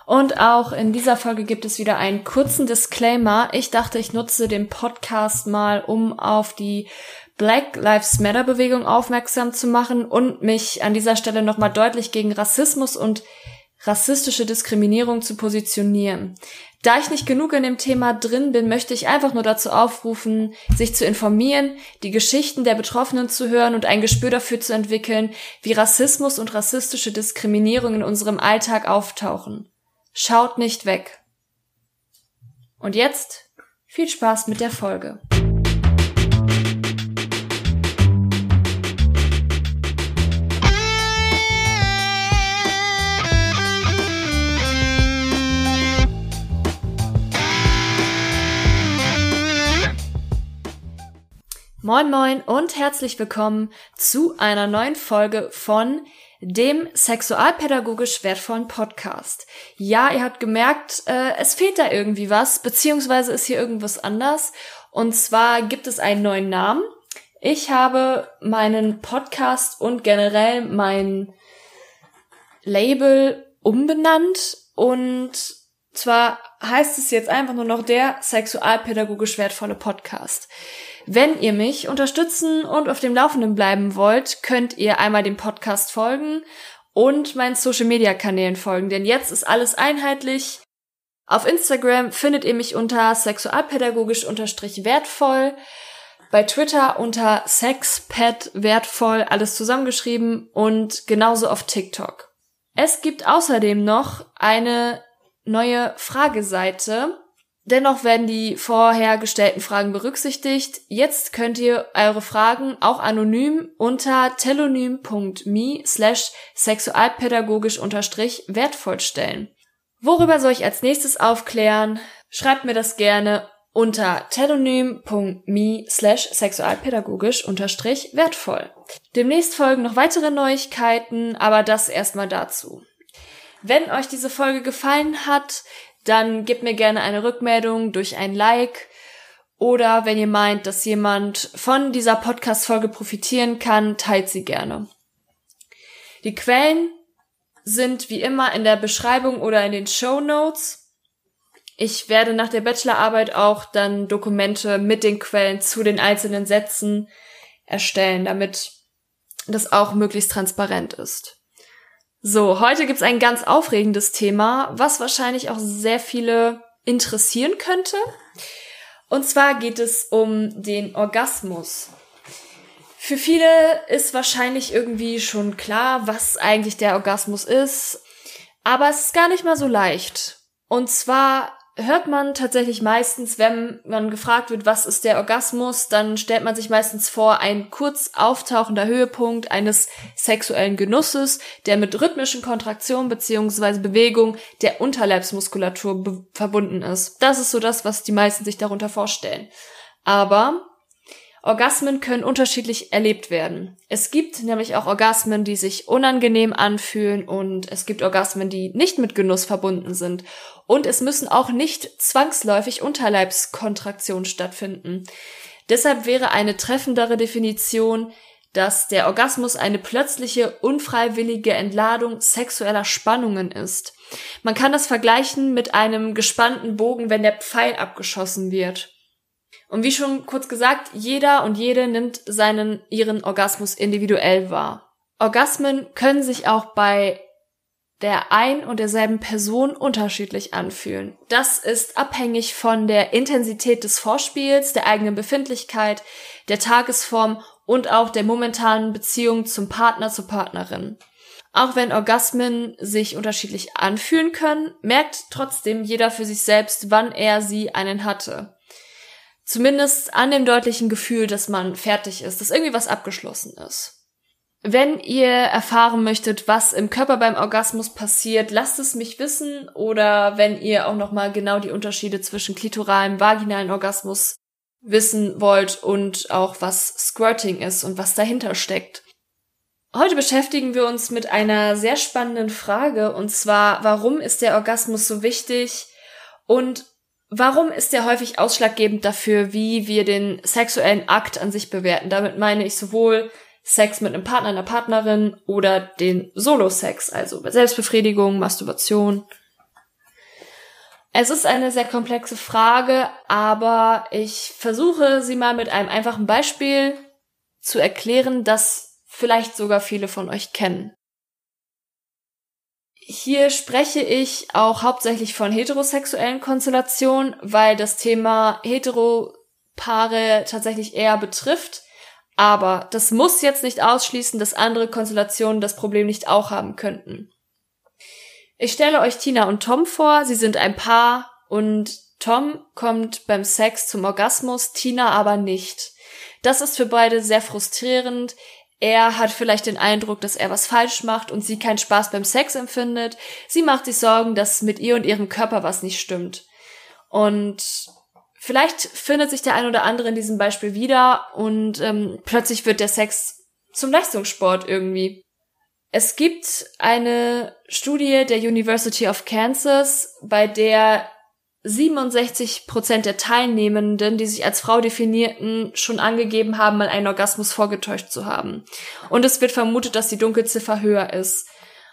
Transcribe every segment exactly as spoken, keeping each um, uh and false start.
Und auch in dieser Folge gibt es wieder einen kurzen Disclaimer. Ich dachte, ich nutze den Podcast mal, um auf die Black Lives Matter Bewegung aufmerksam zu machen und mich an dieser Stelle nochmal deutlich gegen Rassismus und rassistische Diskriminierung zu positionieren. Da ich nicht genug in dem Thema drin bin, möchte ich einfach nur dazu aufrufen, sich zu informieren, die Geschichten der Betroffenen zu hören und ein Gespür dafür zu entwickeln, wie Rassismus und rassistische Diskriminierung in unserem Alltag auftauchen. Schaut nicht weg. Und jetzt viel Spaß mit der Folge. Moin moin und herzlich willkommen zu einer neuen Folge von dem sexualpädagogisch wertvollen Podcast. Ja, ihr habt gemerkt, äh, es fehlt da irgendwie was, beziehungsweise ist hier irgendwas anders. Und zwar gibt es einen neuen Namen. Ich habe meinen Podcast und generell mein Label umbenannt und zwar heißt es jetzt einfach nur noch der sexualpädagogisch wertvolle Podcast. Wenn ihr mich unterstützen und auf dem Laufenden bleiben wollt, könnt ihr einmal dem Podcast folgen und meinen Social-Media-Kanälen folgen, denn jetzt ist alles einheitlich. Auf Instagram findet ihr mich unter sexualpädagogisch-wertvoll, bei Twitter unter sexped-wertvoll, alles zusammengeschrieben und genauso auf TikTok. Es gibt außerdem noch eine neue Frageseite. Dennoch werden die vorher gestellten Fragen berücksichtigt. Jetzt könnt ihr eure Fragen auch anonym unter telonym.me slash sexualpädagogisch unterstrich wertvoll stellen. Worüber soll ich als nächstes aufklären? Schreibt mir das gerne unter telonym.me slash sexualpädagogisch unterstrich wertvoll. Demnächst folgen noch weitere Neuigkeiten, aber das erstmal dazu. Wenn euch diese Folge gefallen hat, dann gebt mir gerne eine Rückmeldung durch ein Like oder wenn ihr meint, dass jemand von dieser Podcast-Folge profitieren kann, teilt sie gerne. Die Quellen sind wie immer in der Beschreibung oder in den Shownotes. Ich werde nach der Bachelorarbeit auch dann Dokumente mit den Quellen zu den einzelnen Sätzen erstellen, damit das auch möglichst transparent ist. So, heute gibt's ein ganz aufregendes Thema, was wahrscheinlich auch sehr viele interessieren könnte. Und zwar geht es um den Orgasmus. Für viele ist wahrscheinlich irgendwie schon klar, was eigentlich der Orgasmus ist, aber es ist gar nicht mal so leicht. Und zwar hört man tatsächlich meistens, wenn man gefragt wird, was ist der Orgasmus, dann stellt man sich meistens vor, ein kurz auftauchender Höhepunkt eines sexuellen Genusses, der mit rhythmischen Kontraktionen bzw. Bewegung der Unterleibsmuskulatur be- verbunden ist. Das ist so das, was die meisten sich darunter vorstellen. Aber Orgasmen können unterschiedlich erlebt werden. Es gibt nämlich auch Orgasmen, die sich unangenehm anfühlen und es gibt Orgasmen, die nicht mit Genuss verbunden sind. Und es müssen auch nicht zwangsläufig Unterleibskontraktionen stattfinden. Deshalb wäre eine treffendere Definition, dass der Orgasmus eine plötzliche, unfreiwillige Entladung sexueller Spannungen ist. Man kann das vergleichen mit einem gespannten Bogen, wenn der Pfeil abgeschossen wird. Und wie schon kurz gesagt, jeder und jede nimmt seinen, ihren Orgasmus individuell wahr. Orgasmen können sich auch bei der ein und derselben Person unterschiedlich anfühlen. Das ist abhängig von der Intensität des Vorspiels, der eigenen Befindlichkeit, der Tagesform und auch der momentanen Beziehung zum Partner, zur Partnerin. Auch wenn Orgasmen sich unterschiedlich anfühlen können, merkt trotzdem jeder für sich selbst, wann er sie einen hatte. Zumindest an dem deutlichen Gefühl, dass man fertig ist, dass irgendwie was abgeschlossen ist. Wenn ihr erfahren möchtet, was im Körper beim Orgasmus passiert, lasst es mich wissen. Oder wenn ihr auch nochmal genau die Unterschiede zwischen klitoralem, vaginalen Orgasmus wissen wollt und auch was Squirting ist und was dahinter steckt. Heute beschäftigen wir uns mit einer sehr spannenden Frage, und zwar, warum ist der Orgasmus so wichtig und warum ist der häufig ausschlaggebend dafür, wie wir den sexuellen Akt an sich bewerten? Damit meine ich sowohl Sex mit einem Partner, einer Partnerin oder den Solo-Sex, also Selbstbefriedigung, Masturbation. Es ist eine sehr komplexe Frage, aber ich versuche sie mal mit einem einfachen Beispiel zu erklären, das vielleicht sogar viele von euch kennen. Hier spreche ich auch hauptsächlich von heterosexuellen Konstellationen, weil das Thema Heteropaare tatsächlich eher betrifft. Aber das muss jetzt nicht ausschließen, dass andere Konstellationen das Problem nicht auch haben könnten. Ich stelle euch Tina und Tom vor, sie sind ein Paar und Tom kommt beim Sex zum Orgasmus, Tina aber nicht. Das ist für beide sehr frustrierend. Er hat vielleicht den Eindruck, dass er was falsch macht und sie keinen Spaß beim Sex empfindet. Sie macht sich Sorgen, dass mit ihr und ihrem Körper was nicht stimmt. Und vielleicht findet sich der ein oder andere in diesem Beispiel wieder und ähm, plötzlich wird der Sex zum Leistungssport irgendwie. Es gibt eine Studie der University of Kansas, bei der siebenundsechzig Prozent der Teilnehmenden, die sich als Frau definierten, schon angegeben haben, mal einen Orgasmus vorgetäuscht zu haben. Und es wird vermutet, dass die Dunkelziffer höher ist.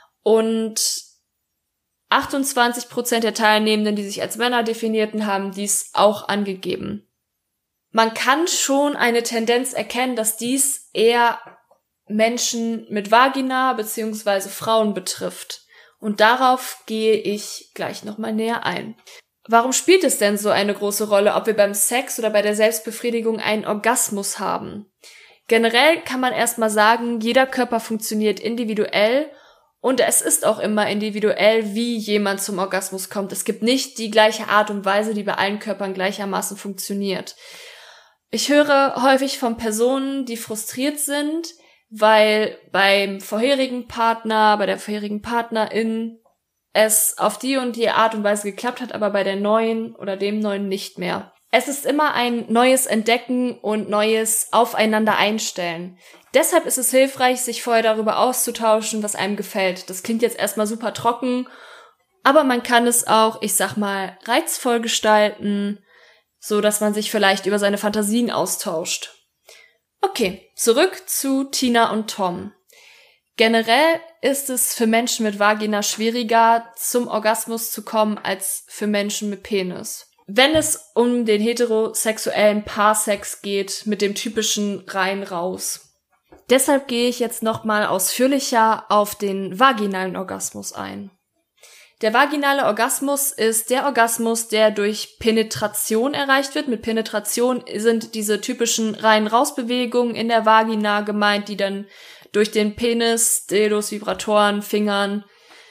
Und achtundzwanzig Prozent der Teilnehmenden, die sich als Männer definierten, haben dies auch angegeben. Man kann schon eine Tendenz erkennen, dass dies eher Menschen mit Vagina bzw. Frauen betrifft. Und darauf gehe ich gleich nochmal näher ein. Warum spielt es denn so eine große Rolle, ob wir beim Sex oder bei der Selbstbefriedigung einen Orgasmus haben? Generell kann man erstmal sagen, jeder Körper funktioniert individuell und es ist auch immer individuell, wie jemand zum Orgasmus kommt. Es gibt nicht die gleiche Art und Weise, die bei allen Körpern gleichermaßen funktioniert. Ich höre häufig von Personen, die frustriert sind, weil beim vorherigen Partner, bei der vorherigen Partnerin es auf die und die Art und Weise geklappt hat, aber bei der neuen oder dem neuen nicht mehr. Es ist immer ein neues Entdecken und neues Aufeinander einstellen. Deshalb ist es hilfreich, sich vorher darüber auszutauschen, was einem gefällt. Das klingt jetzt erstmal super trocken, aber man kann es auch, ich sag mal, reizvoll gestalten, so dass man sich vielleicht über seine Fantasien austauscht. Okay, zurück zu Tina und Tom. Generell ist es für Menschen mit Vagina schwieriger, zum Orgasmus zu kommen, als für Menschen mit Penis. Wenn es um den heterosexuellen Paarsex geht, mit dem typischen rein raus. Deshalb gehe ich jetzt nochmal ausführlicher auf den vaginalen Orgasmus ein. Der vaginale Orgasmus ist der Orgasmus, der durch Penetration erreicht wird. Mit Penetration sind diese typischen Rein-Raus-Bewegungen in der Vagina gemeint, die dann durch den Penis, Dildos, Vibratoren, Fingern,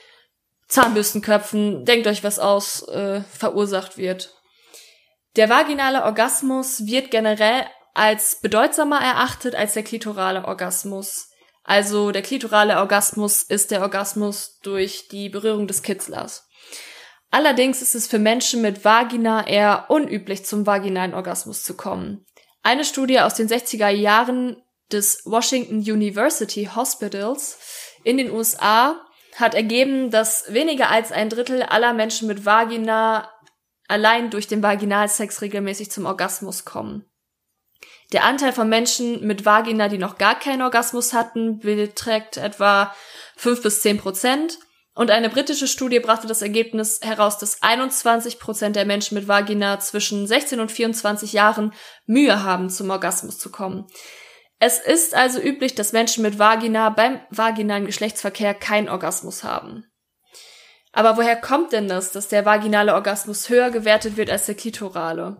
Zahnbürstenköpfen, denkt euch was aus, äh, verursacht wird. Der vaginale Orgasmus wird generell als bedeutsamer erachtet als der klitorale Orgasmus. Also der klitorale Orgasmus ist der Orgasmus durch die Berührung des Kitzlers. Allerdings ist es für Menschen mit Vagina eher unüblich, zum vaginalen Orgasmus zu kommen. Eine Studie aus den sechziger Jahren des Washington University Hospitals in den U S A hat ergeben, dass weniger als ein Drittel aller Menschen mit Vagina allein durch den Vaginalsex regelmäßig zum Orgasmus kommen. Der Anteil von Menschen mit Vagina, die noch gar keinen Orgasmus hatten, beträgt etwa fünf bis zehn Prozent. Und eine britische Studie brachte das Ergebnis heraus, dass einundzwanzig Prozent der Menschen mit Vagina zwischen sechzehn und vierundzwanzig Jahren Mühe haben, zum Orgasmus zu kommen. Es ist also üblich, dass Menschen mit Vagina beim vaginalen Geschlechtsverkehr keinen Orgasmus haben. Aber woher kommt denn das, dass der vaginale Orgasmus höher gewertet wird als der klitorale?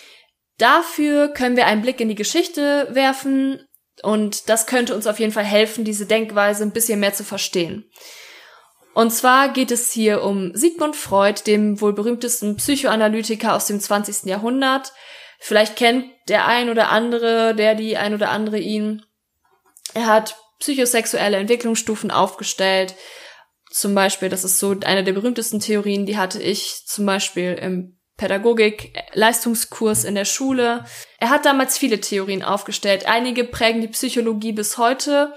Dafür können wir einen Blick in die Geschichte werfen und das könnte uns auf jeden Fall helfen, diese Denkweise ein bisschen mehr zu verstehen. Und zwar geht es hier um Sigmund Freud, dem wohl berühmtesten Psychoanalytiker aus dem zwanzigsten Jahrhundert. Vielleicht kennt der ein oder andere, der die ein oder andere ihn. Er hat psychosexuelle Entwicklungsstufen aufgestellt. Zum Beispiel, das ist so eine der berühmtesten Theorien, die hatte ich zum Beispiel im Pädagogik-Leistungskurs in der Schule. Er hat damals viele Theorien aufgestellt. Einige prägen die Psychologie bis heute.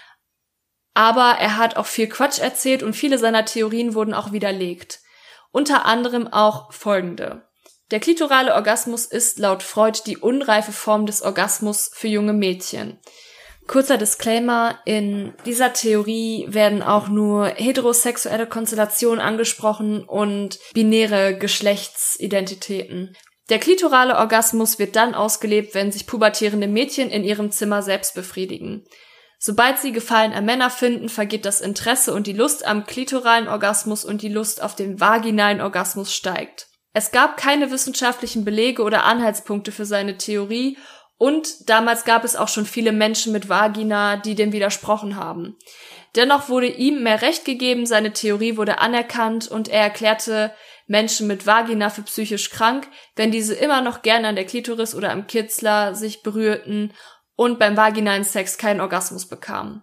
Aber er hat auch viel Quatsch erzählt und viele seiner Theorien wurden auch widerlegt. Unter anderem auch folgende. Der klitorale Orgasmus ist laut Freud die unreife Form des Orgasmus für junge Mädchen. Kurzer Disclaimer, in dieser Theorie werden auch nur heterosexuelle Konstellationen angesprochen und binäre Geschlechtsidentitäten. Der klitorale Orgasmus wird dann ausgelebt, wenn sich pubertierende Mädchen in ihrem Zimmer selbst befriedigen. Sobald sie Gefallen an Männer finden, vergeht das Interesse und die Lust am klitoralen Orgasmus und die Lust auf den vaginalen Orgasmus steigt. Es gab keine wissenschaftlichen Belege oder Anhaltspunkte für seine Theorie und damals gab es auch schon viele Menschen mit Vagina, die dem widersprochen haben. Dennoch wurde ihm mehr Recht gegeben, seine Theorie wurde anerkannt und er erklärte Menschen mit Vagina für psychisch krank, wenn diese immer noch gerne an der Klitoris oder am Kitzler sich berührten und beim vaginalen Sex keinen Orgasmus bekamen.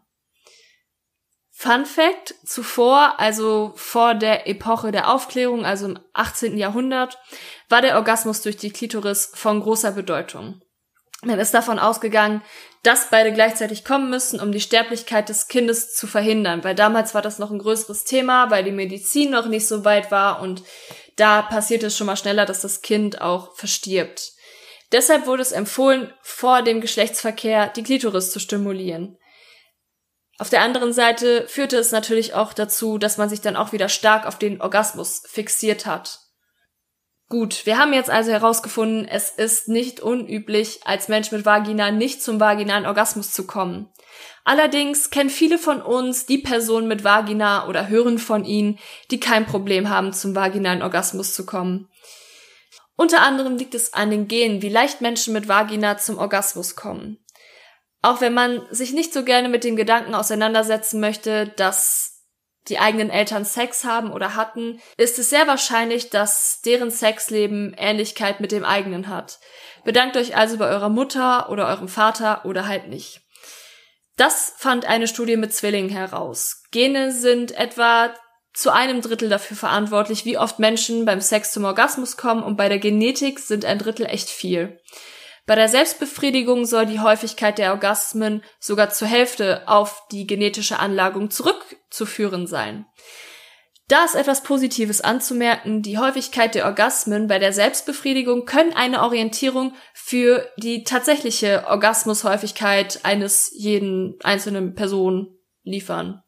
Fun Fact, zuvor, also vor der Epoche der Aufklärung, also im achtzehnten Jahrhundert, war der Orgasmus durch die Klitoris von großer Bedeutung. Man ist davon ausgegangen, dass beide gleichzeitig kommen müssen, um die Sterblichkeit des Kindes zu verhindern, weil damals war das noch ein größeres Thema, weil die Medizin noch nicht so weit war und da passiert es schon mal schneller, dass das Kind auch verstirbt. Deshalb wurde es empfohlen, vor dem Geschlechtsverkehr die Klitoris zu stimulieren. Auf der anderen Seite führte es natürlich auch dazu, dass man sich dann auch wieder stark auf den Orgasmus fixiert hat. Gut, wir haben jetzt also herausgefunden, es ist nicht unüblich, als Mensch mit Vagina nicht zum vaginalen Orgasmus zu kommen. Allerdings kennen viele von uns die Personen mit Vagina oder hören von ihnen, die kein Problem haben, zum vaginalen Orgasmus zu kommen. Unter anderem liegt es an den Genen, wie leicht Menschen mit Vagina zum Orgasmus kommen. Auch wenn man sich nicht so gerne mit dem Gedanken auseinandersetzen möchte, dass die eigenen Eltern Sex haben oder hatten, ist es sehr wahrscheinlich, dass deren Sexleben Ähnlichkeit mit dem eigenen hat. Bedankt euch also bei eurer Mutter oder eurem Vater oder halt nicht. Das fand eine Studie mit Zwillingen heraus. Gene sind etwa zu einem Drittel dafür verantwortlich, wie oft Menschen beim Sex zum Orgasmus kommen, und bei der Genetik sind ein Drittel echt viel. Bei der Selbstbefriedigung soll die Häufigkeit der Orgasmen sogar zur Hälfte auf die genetische Anlagung zurückzuführen sein. Da ist etwas Positives anzumerken: Die Häufigkeit der Orgasmen bei der Selbstbefriedigung können eine Orientierung für die tatsächliche Orgasmushäufigkeit eines jeden einzelnen Person liefern.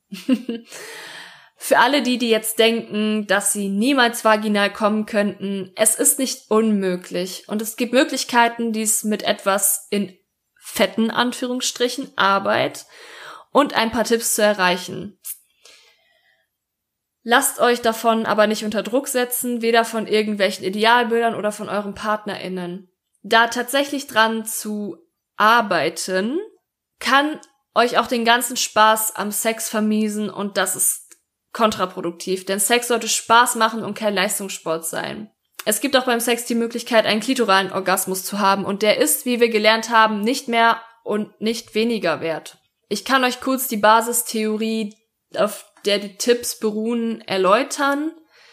Für alle die, die jetzt denken, dass sie niemals vaginal kommen könnten, es ist nicht unmöglich. Und es gibt Möglichkeiten, dies mit etwas in fetten Anführungsstrichen Arbeit und ein paar Tipps zu erreichen. Lasst euch davon aber nicht unter Druck setzen, weder von irgendwelchen Idealbildern oder von euren PartnerInnen. Da tatsächlich dran zu arbeiten, kann euch auch den ganzen Spaß am Sex vermiesen, und das ist kontraproduktiv, denn Sex sollte Spaß machen und kein Leistungssport sein. Es gibt auch beim Sex die Möglichkeit, einen klitoralen Orgasmus zu haben, und der ist, wie wir gelernt haben, nicht mehr und nicht weniger wert. Ich kann euch kurz die Basistheorie, auf der die Tipps beruhen, erläutern.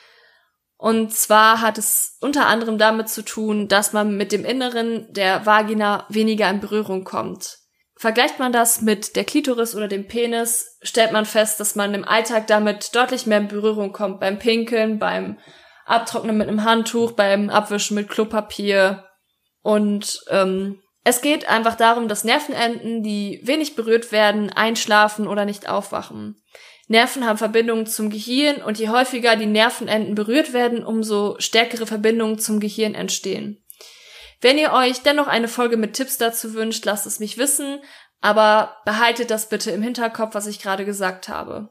Und zwar hat es unter anderem damit zu tun, dass man mit dem Inneren der Vagina weniger in Berührung kommt. Vergleicht man das mit der Klitoris oder dem Penis, stellt man fest, dass man im Alltag damit deutlich mehr in Berührung kommt. Beim Pinkeln, beim Abtrocknen mit einem Handtuch, beim Abwischen mit Klopapier. Und ähm, es geht einfach darum, dass Nervenenden, die wenig berührt werden, einschlafen oder nicht aufwachen. Nerven haben Verbindungen zum Gehirn, und je häufiger die Nervenenden berührt werden, umso stärkere Verbindungen zum Gehirn entstehen. Wenn ihr euch dennoch eine Folge mit Tipps dazu wünscht, lasst es mich wissen, aber behaltet das bitte im Hinterkopf, was ich gerade gesagt habe.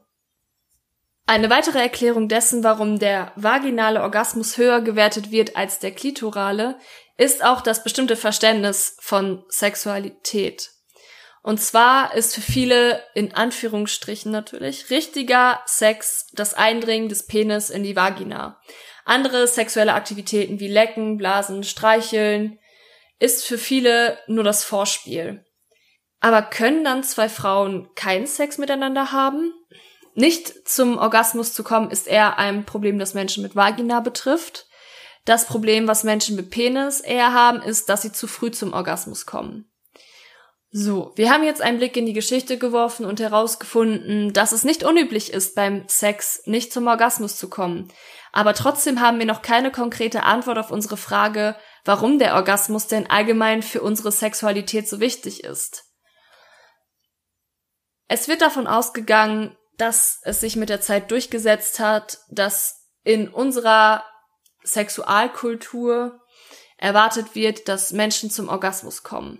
Eine weitere Erklärung dessen, warum der vaginale Orgasmus höher gewertet wird als der klitorale, ist auch das bestimmte Verständnis von Sexualität. Und zwar ist für viele, in Anführungsstrichen natürlich, richtiger Sex das Eindringen des Penis in die Vagina. Andere sexuelle Aktivitäten wie Lecken, Blasen, Streicheln ist für viele nur das Vorspiel. Aber können dann zwei Frauen keinen Sex miteinander haben? Nicht zum Orgasmus zu kommen, ist eher ein Problem, das Menschen mit Vagina betrifft. Das Problem, was Menschen mit Penis eher haben, ist, dass sie zu früh zum Orgasmus kommen. So, wir haben jetzt einen Blick in die Geschichte geworfen und herausgefunden, dass es nicht unüblich ist, beim Sex nicht zum Orgasmus zu kommen. Aber trotzdem haben wir noch keine konkrete Antwort auf unsere Frage, warum der Orgasmus denn allgemein für unsere Sexualität so wichtig ist. Es wird davon ausgegangen, dass es sich mit der Zeit durchgesetzt hat, dass in unserer Sexualkultur erwartet wird, dass Menschen zum Orgasmus kommen.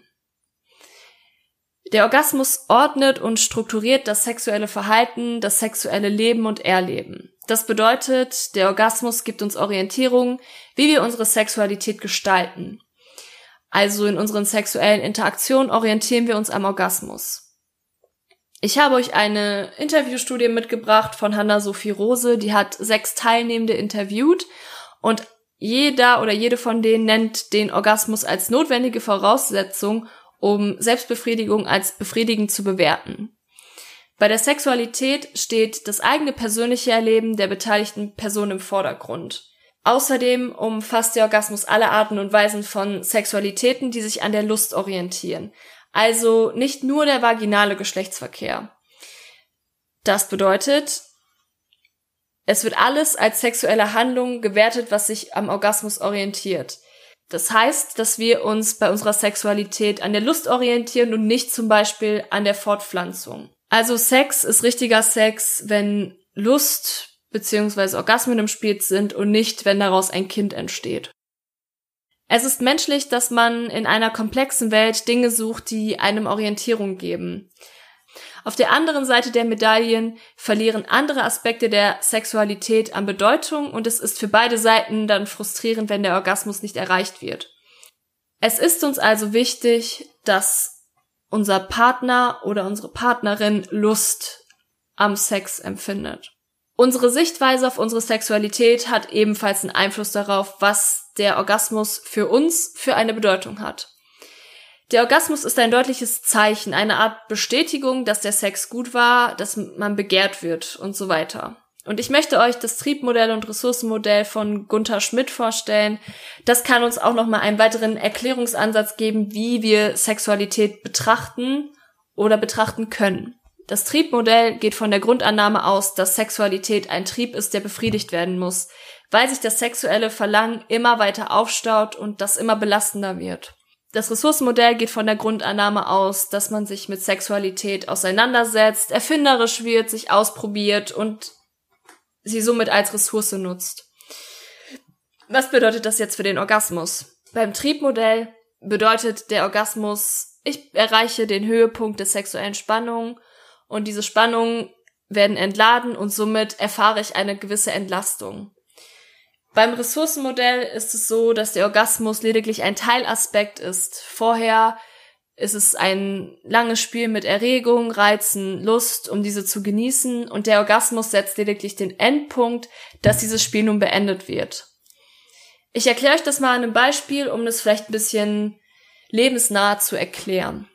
Der Orgasmus ordnet und strukturiert das sexuelle Verhalten, das sexuelle Leben und Erleben. Das bedeutet, der Orgasmus gibt uns Orientierung, wie wir unsere Sexualität gestalten. Also in unseren sexuellen Interaktionen orientieren wir uns am Orgasmus. Ich habe euch eine Interviewstudie mitgebracht von Hannah-Sophie Rose, die hat sechs Teilnehmende interviewt und jeder oder jede von denen nennt den Orgasmus als notwendige Voraussetzung, um Selbstbefriedigung als befriedigend zu bewerten. Bei der Sexualität steht das eigene persönliche Erleben der beteiligten Person im Vordergrund. Außerdem umfasst der Orgasmus alle Arten und Weisen von Sexualitäten, die sich an der Lust orientieren. Also nicht nur der vaginale Geschlechtsverkehr. Das bedeutet, es wird alles als sexuelle Handlung gewertet, was sich am Orgasmus orientiert. Das heißt, dass wir uns bei unserer Sexualität an der Lust orientieren und nicht zum Beispiel an der Fortpflanzung. Also Sex ist richtiger Sex, wenn Lust bzw. Orgasmen im Spiel sind und nicht, wenn daraus ein Kind entsteht. Es ist menschlich, dass man in einer komplexen Welt Dinge sucht, die einem Orientierung geben. Auf der anderen Seite der Medaillen verlieren andere Aspekte der Sexualität an Bedeutung und es ist für beide Seiten dann frustrierend, wenn der Orgasmus nicht erreicht wird. Es ist uns also wichtig, dass unser Partner oder unsere Partnerin Lust am Sex empfindet. Unsere Sichtweise auf unsere Sexualität hat ebenfalls einen Einfluss darauf, was der Orgasmus für uns für eine Bedeutung hat. Der Orgasmus ist ein deutliches Zeichen, eine Art Bestätigung, dass der Sex gut war, dass man begehrt wird und so weiter. Und ich möchte euch das Triebmodell und Ressourcenmodell von Gunther Schmidt vorstellen. Das kann uns auch nochmal einen weiteren Erklärungsansatz geben, wie wir Sexualität betrachten oder betrachten können. Das Triebmodell geht von der Grundannahme aus, dass Sexualität ein Trieb ist, der befriedigt werden muss, weil sich das sexuelle Verlangen immer weiter aufstaut und das immer belastender wird. Das Ressourcenmodell geht von der Grundannahme aus, dass man sich mit Sexualität auseinandersetzt, erfinderisch wird, sich ausprobiert und sie somit als Ressource nutzt. Was bedeutet das jetzt für den Orgasmus? Beim Triebmodell bedeutet der Orgasmus, ich erreiche den Höhepunkt der sexuellen Spannung und diese Spannungen werden entladen und somit erfahre ich eine gewisse Entlastung. Beim Ressourcenmodell ist es so, dass der Orgasmus lediglich ein Teilaspekt ist. Vorher ist es ein langes Spiel mit Erregung, Reizen, Lust, um diese zu genießen und der Orgasmus setzt lediglich den Endpunkt, dass dieses Spiel nun beendet wird. Ich erkläre euch das mal an einem Beispiel, um das vielleicht ein bisschen lebensnah zu erklären.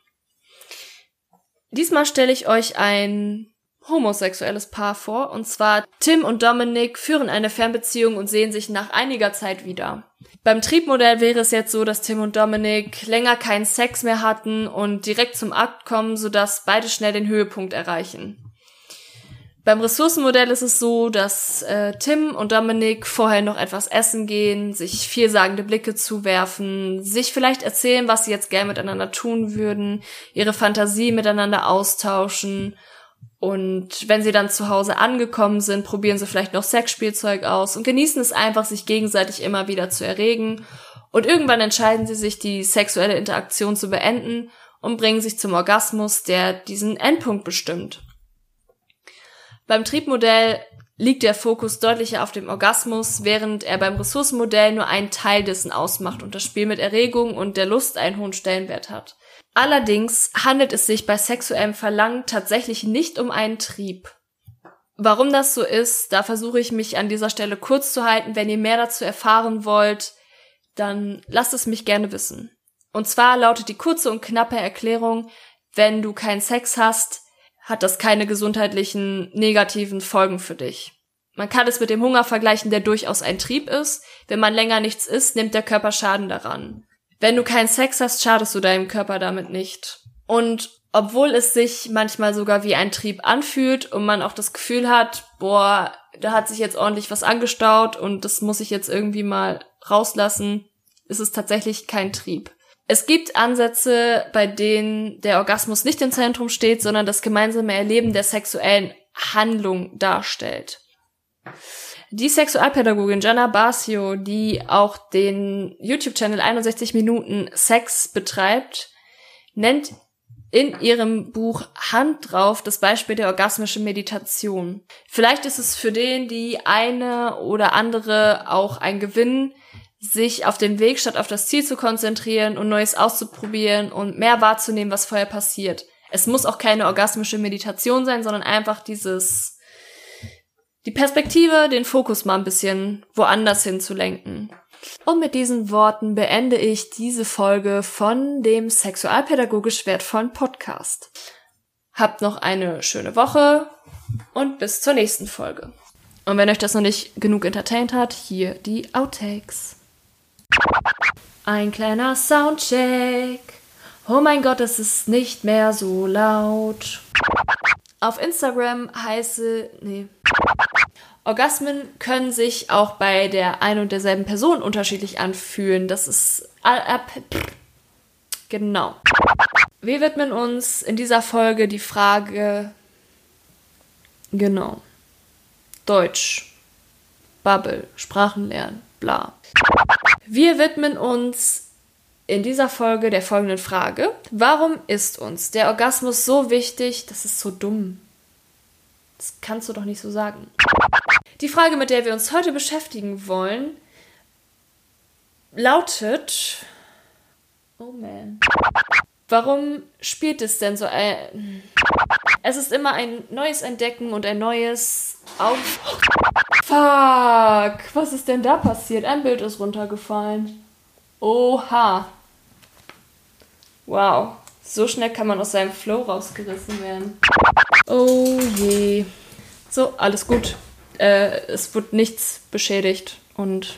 Diesmal stelle ich euch ein homosexuelles Paar vor, und zwar Tim und Dominic führen eine Fernbeziehung und sehen sich nach einiger Zeit wieder. Beim Triebmodell wäre es jetzt so, dass Tim und Dominic länger keinen Sex mehr hatten und direkt zum Akt kommen, sodass beide schnell den Höhepunkt erreichen. Beim Ressourcenmodell ist es so, dass äh, Tim und Dominic vorher noch etwas essen gehen, sich vielsagende Blicke zuwerfen, sich vielleicht erzählen, was sie jetzt gern miteinander tun würden, ihre Fantasie miteinander austauschen. Und wenn sie dann zu Hause angekommen sind, probieren sie vielleicht noch Sexspielzeug aus und genießen es einfach, sich gegenseitig immer wieder zu erregen. Und irgendwann entscheiden sie sich, die sexuelle Interaktion zu beenden und bringen sich zum Orgasmus, der diesen Endpunkt bestimmt. Beim Triebmodell liegt der Fokus deutlicher auf dem Orgasmus, während er beim Ressourcenmodell nur einen Teil dessen ausmacht und das Spiel mit Erregung und der Lust einen hohen Stellenwert hat. Allerdings handelt es sich bei sexuellem Verlangen tatsächlich nicht um einen Trieb. Warum das so ist, da versuche ich mich an dieser Stelle kurz zu halten. Wenn ihr mehr dazu erfahren wollt, dann lasst es mich gerne wissen. Und zwar lautet die kurze und knappe Erklärung, wenn du keinen Sex hast, hat das keine gesundheitlichen negativen Folgen für dich. Man kann es mit dem Hunger vergleichen, der durchaus ein Trieb ist. Wenn man länger nichts isst, nimmt der Körper Schaden daran. Wenn du keinen Sex hast, schadest du deinem Körper damit nicht. Und obwohl es sich manchmal sogar wie ein Trieb anfühlt und man auch das Gefühl hat, boah, da hat sich jetzt ordentlich was angestaut und das muss ich jetzt irgendwie mal rauslassen, ist es tatsächlich kein Trieb. Es gibt Ansätze, bei denen der Orgasmus nicht im Zentrum steht, sondern das gemeinsame Erleben der sexuellen Handlung darstellt. Die Sexualpädagogin Gianna Basio, die auch den YouTube-Channel einundsechzig Minuten Sex betreibt, nennt in ihrem Buch Hand drauf das Beispiel der orgasmischen Meditation. Vielleicht ist es für den, die eine oder andere auch ein Gewinn, sich auf den Weg statt auf das Ziel zu konzentrieren und Neues auszuprobieren und mehr wahrzunehmen, was vorher passiert. Es muss auch keine orgasmische Meditation sein, sondern einfach dieses, die Perspektive, den Fokus mal ein bisschen woanders hinzulenken. Und mit diesen Worten beende ich diese Folge von dem sexualpädagogisch wertvollen Podcast. Habt noch eine schöne Woche und bis zur nächsten Folge. Und wenn euch das noch nicht genug entertained hat, hier die Outtakes. Ein kleiner Soundcheck. Oh mein Gott, es ist nicht mehr so laut. Auf Instagram heiße, nee. Orgasmen können sich auch bei der ein und derselben Person unterschiedlich anfühlen. Das ist äh, genau. Wir widmen uns in dieser Folge die Frage, genau, Deutsch, Bubble, Sprachenlernen, bla. Wir widmen uns in dieser Folge der folgenden Frage: Warum ist uns der Orgasmus so wichtig? Das ist so dumm. Das kannst du doch nicht so sagen. Die Frage, mit der wir uns heute beschäftigen wollen, lautet: Oh man. Warum spielt es denn so ein... Es ist immer ein neues Entdecken und ein neues Auf... Fuck! Was ist denn da passiert? Ein Bild ist runtergefallen. Oha. Wow. So schnell kann man aus seinem Flow rausgerissen werden. Oh je. So, alles gut. Äh, es wird nichts beschädigt und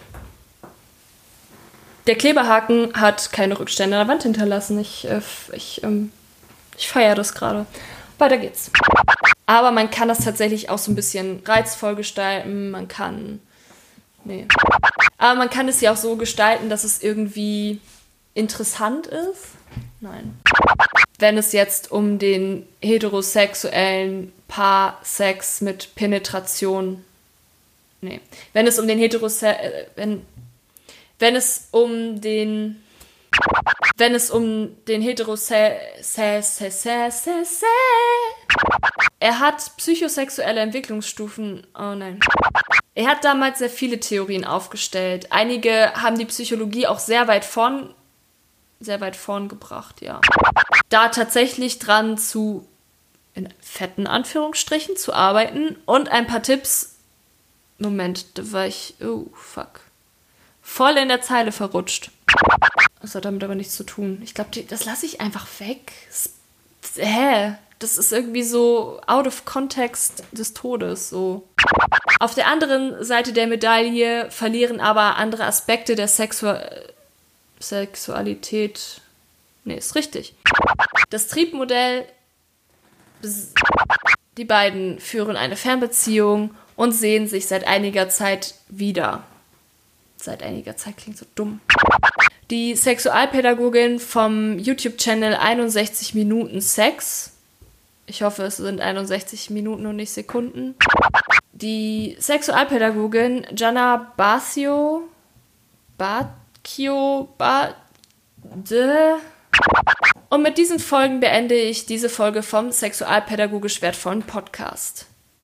der Kleberhaken hat keine Rückstände an der Wand hinterlassen. Ich, äh, ich, ähm, ich feiere das gerade. Weiter geht's. Aber man kann das tatsächlich auch so ein bisschen reizvoll gestalten. Man kann... Nee. Aber man kann es ja auch so gestalten, dass es irgendwie interessant ist. Nein. Wenn es jetzt um den heterosexuellen Paarsex mit Penetration... Nee. Wenn es um den heterose... Äh, wenn, wenn es um den... Wenn es um den heterose... Se, se, se, se, se. Er hat psychosexuelle Entwicklungsstufen... Oh nein. Er hat damals sehr viele Theorien aufgestellt. Einige haben die Psychologie auch sehr weit vorn... sehr weit vorn gebracht, ja. Da tatsächlich dran zu... in fetten Anführungsstrichen zu arbeiten und ein paar Tipps... Moment, da war ich... Oh, fuck. Voll in der Zeile verrutscht. Das hat damit aber nichts zu tun. Ich glaube, das lasse ich einfach weg. Das, hä? Das ist irgendwie so out of context des Todes, so. Auf der anderen Seite der Medaille verlieren aber andere Aspekte der Sexu- Sexualität... Nee, ist richtig. Das Triebmodell... Die beiden führen eine Fernbeziehung und sehen sich seit einiger Zeit wieder. Seit einiger Zeit klingt so dumm. Die Sexualpädagogin vom YouTube-Channel einundsechzig Minuten Sex, ich hoffe, es sind einundsechzig Minuten und nicht Sekunden, die Sexualpädagogin Gianna Basio, Bacchio, ba, de. Und mit diesen Folgen beende ich diese Folge vom sexualpädagogisch wertvollen Podcast.